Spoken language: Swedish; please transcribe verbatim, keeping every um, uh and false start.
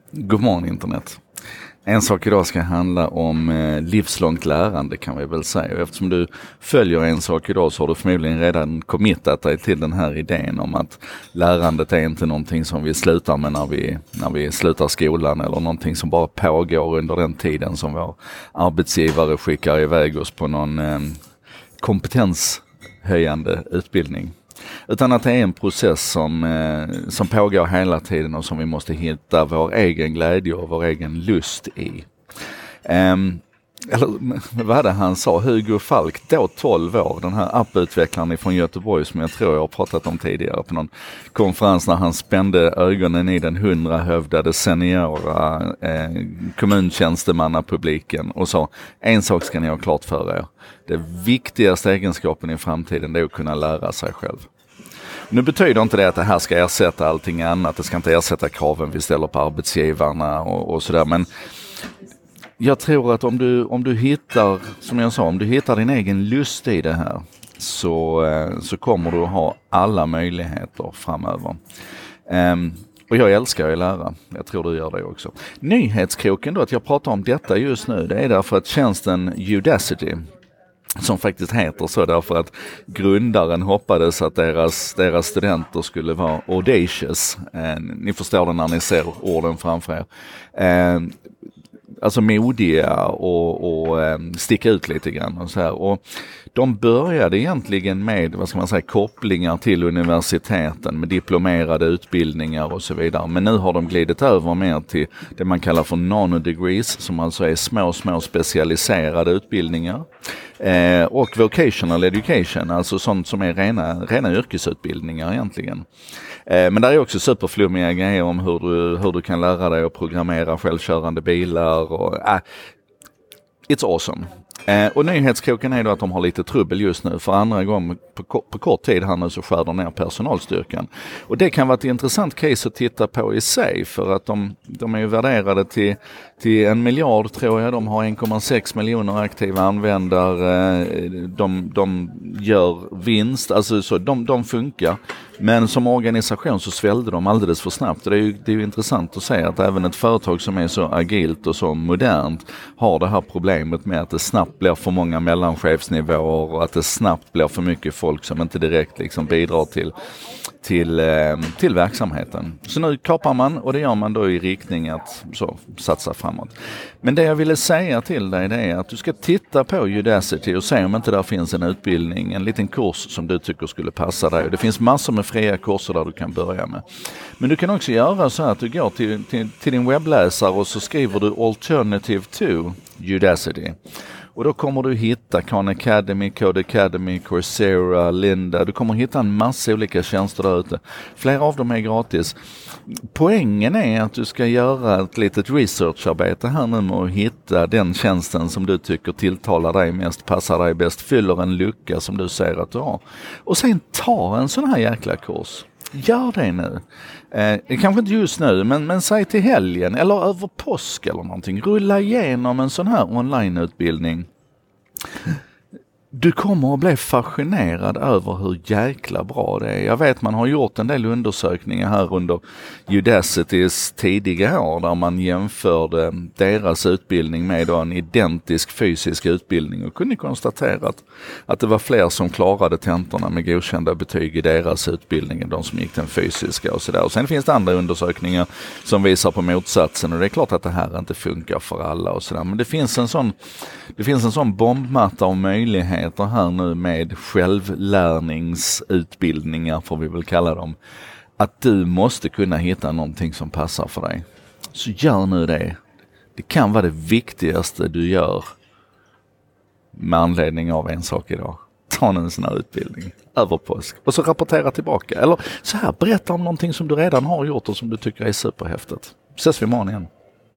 God morgon internet. En sak idag ska handla om eh, livslångt lärande kan vi väl säga. Och eftersom du följer en sak idag så har du förmodligen redan committat dig till den här idén om att lärandet är inte någonting som vi slutar med när vi, när vi slutar skolan eller någonting som bara pågår under den tiden som vår arbetsgivare skickar iväg oss på någon eh, kompetenshöjande utbildning. Utan att det är en process som, eh, som pågår hela tiden och som vi måste hitta vår egen glädje och vår egen lust i. Um, eller vad det han sa, Hugo Falk, då tolv år, den här apputvecklaren från Göteborg som jag tror jag har pratat om tidigare på någon konferens när han spände ögonen i den hundrahövdade seniora eh, kommuntjänstemannapubliken och sa, en sak ska ni ha klart för er. Det viktigaste egenskapen i framtiden är att kunna lära sig själv. Nu betyder inte det att det här ska ersätta allting annat. Det ska inte ersätta kraven vi ställer på arbetsgivarna och, och sådär. Men jag tror att om du, om du hittar, som jag sa, om du hittar din egen lust i det här så, så kommer du att ha alla möjligheter framöver. Um, och jag älskar att lära. Jag tror du gör det också. Nyhetskroken då, att jag pratar om detta just nu, det är därför att tjänsten Udacity, som faktiskt heter så därför att grundaren hoppades att deras, deras studenter skulle vara audacious. Eh, ni förstår det när ni ser orden framför er. Eh, alltså modiga och, och eh, sticka ut lite grann och så här. Och de började egentligen med, vad ska man säga, kopplingar till universiteten med diplomerade utbildningar och så vidare. Men nu har de glidit över mer till det man kallar för nanodegrees, som alltså är små, små specialiserade utbildningar. Eh, och vocational education, alltså sånt som är rena, rena yrkesutbildningar egentligen. Eh, men där är också superflummiga grejer om hur du, hur du kan lära dig att programmera självkörande bilar och äh, it's awesome. Eh, och nyhetskroken är då att de har lite trubbel just nu. För andra gången på, på kort tid här nu så skär de ner personalstyrkan. Och det kan vara ett intressant case att titta på i sig. För att de, de är ju värderade till, till en miljard tror jag. De har en komma sex miljoner aktiva användare. De, de gör vinst. Alltså så, de, de funkar. Men som organisation så svällde de alldeles för snabbt. Och det är ju, det är ju intressant att se att även ett företag som är så agilt och så modernt har det här problemet med att det snabbt blir för många mellanchefsnivåer och att det snabbt blir för mycket folk som inte direkt liksom bidrar till, till, eh, till verksamheten. Så nu kapar man och det gör man då i riktning att så, satsa framåt. Men det jag ville säga till dig det är att du ska titta på Udacity och se om inte där finns en utbildning, en liten kurs som du tycker skulle passa dig. Det finns massor med fria kurser där du kan börja med. Men du kan också göra så att du går till, till, till din webbläsare och så skriver du Alternative to Udacity. Och då kommer du hitta Khan Academy, Code Academy, Coursera, Lynda. Du kommer hitta en massa olika tjänster där ute. Flera av dem är gratis. Poängen är att du ska göra ett litet researcharbete här nu med att hitta den tjänsten som du tycker tilltalar dig mest, passar dig bäst, fyller en lucka som du säger att du har. Och sen ta en sån här jäkla kurs. Gör det nu. Eh, kanske inte just nu, men, men säg till helgen eller över påsk eller någonting. Rulla igenom en sån här onlineutbildning. Du kommer att bli fascinerad över hur jäkla bra det är. Jag vet man har gjort en del undersökningar här under Udacitys tidiga år där man jämförde deras utbildning med en identisk fysisk utbildning och kunde konstatera att, att det var fler som klarade tentorna med godkända betyg i deras utbildning än de som gick den fysiska och sådär. Och sen finns det andra undersökningar som visar på motsatsen och det är klart att det här inte funkar för alla och sådär. Men det finns en sån, det finns en sån bombmatta av möjligheter här nu med självlärningsutbildningar får vi väl kalla dem, att du måste kunna hitta någonting som passar för dig. Så gör nu det. Det kan vara det viktigaste du gör med anledning av en sak idag. Ta en sån här utbildning över påsk och så rapportera tillbaka. Eller så här, berätta om någonting som du redan har gjort och som du tycker är superhäftigt. Ses vi imorgon igen.